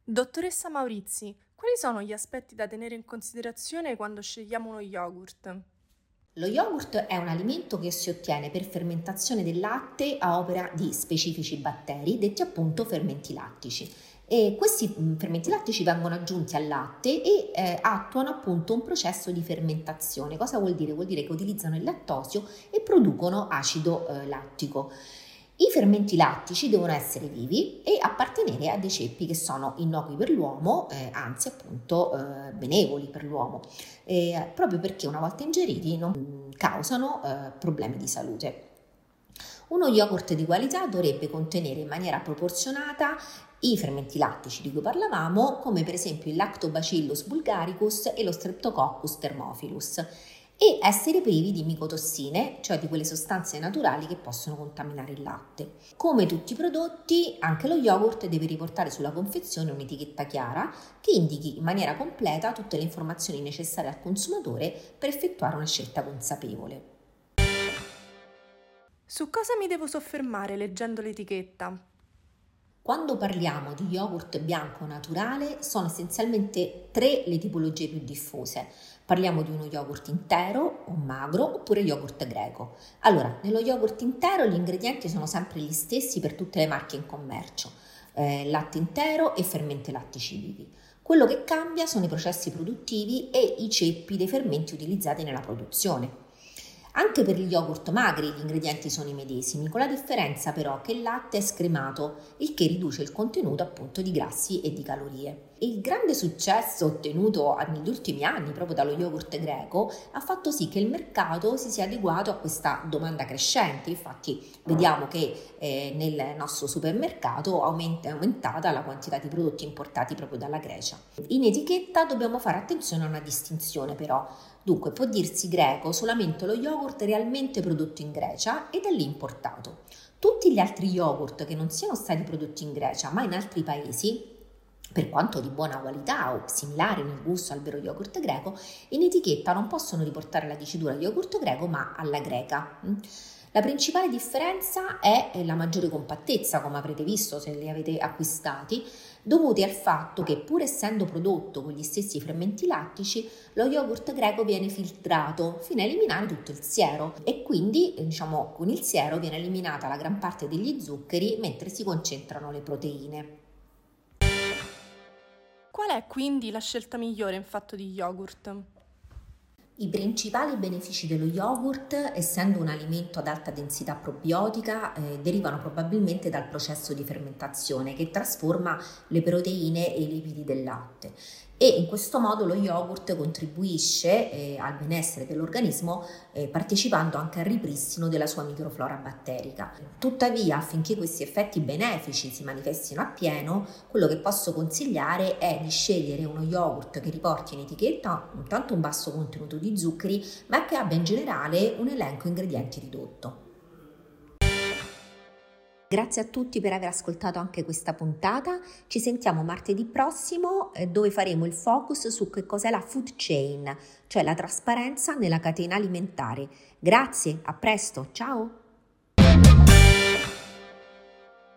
Dottoressa Maurizi, quali sono gli aspetti da tenere in considerazione quando scegliamo uno yogurt? Lo yogurt è un alimento che si ottiene per fermentazione del latte a opera di specifici batteri, detti appunto fermenti lattici. E questi fermenti lattici vengono aggiunti al latte e attuano appunto un processo di fermentazione. Cosa vuol dire? Vuol dire che utilizzano il lattosio e producono acido lattico. I fermenti lattici devono essere vivi e appartenere a dei ceppi che sono innocui per l'uomo, anzi appunto benevoli per l'uomo, proprio perché una volta ingeriti non causano problemi di salute. Uno yogurt di qualità dovrebbe contenere in maniera proporzionata i fermenti lattici di cui parlavamo, come per esempio il Lactobacillus bulgaricus e lo Streptococcus thermophilus, e essere privi di micotossine, cioè di quelle sostanze naturali che possono contaminare il latte. Come tutti i prodotti, anche lo yogurt deve riportare sulla confezione un'etichetta chiara che indichi in maniera completa tutte le informazioni necessarie al consumatore per effettuare una scelta consapevole. Su cosa mi devo soffermare leggendo l'etichetta? Quando parliamo di yogurt bianco naturale sono essenzialmente tre le tipologie più diffuse. Parliamo di uno yogurt intero o magro oppure yogurt greco. Allora, nello yogurt intero gli ingredienti sono sempre gli stessi per tutte le marche in commercio, latte intero e fermenti lattici vivi. Quello che cambia sono i processi produttivi e i ceppi dei fermenti utilizzati nella produzione. Anche per gli yogurt magri gli ingredienti sono i medesimi, con la differenza però che il latte è scremato, il che riduce il contenuto appunto di grassi e di calorie. Il grande successo ottenuto negli ultimi anni proprio dallo yogurt greco ha fatto sì che il mercato si sia adeguato a questa domanda crescente. Infatti vediamo che nel nostro supermercato è aumentata la quantità di prodotti importati proprio dalla Grecia. In etichetta dobbiamo fare attenzione a una distinzione però. Dunque può dirsi greco solamente lo yogurt realmente prodotto in Grecia e da lì importato. Tutti gli altri yogurt che non siano stati prodotti in Grecia ma in altri paesi, per quanto di buona qualità o similari nel gusto al vero yogurt greco, in etichetta non possono riportare la dicitura yogurt greco ma alla greca. La principale differenza è la maggiore compattezza, come avrete visto se li avete acquistati, dovuti al fatto che pur essendo prodotto con gli stessi fermenti lattici, lo yogurt greco viene filtrato fino a eliminare tutto il siero e quindi, con il siero viene eliminata la gran parte degli zuccheri mentre si concentrano le proteine. Qual è quindi la scelta migliore in fatto di yogurt? I principali benefici dello yogurt, essendo un alimento ad alta densità probiotica, derivano probabilmente dal processo di fermentazione che trasforma le proteine e i lipidi del latte. E in questo modo lo yogurt contribuisce al benessere dell'organismo partecipando anche al ripristino della sua microflora batterica. Tuttavia, affinché questi effetti benefici si manifestino appieno, quello che posso consigliare è di scegliere uno yogurt che riporti in etichetta intanto un basso contenuto di zuccheri, ma che abbia in generale un elenco ingredienti ridotto. Grazie a tutti per aver ascoltato anche questa puntata. Ci sentiamo martedì prossimo dove faremo il focus su che cos'è la food chain, cioè la trasparenza nella catena alimentare. Grazie, a presto, ciao!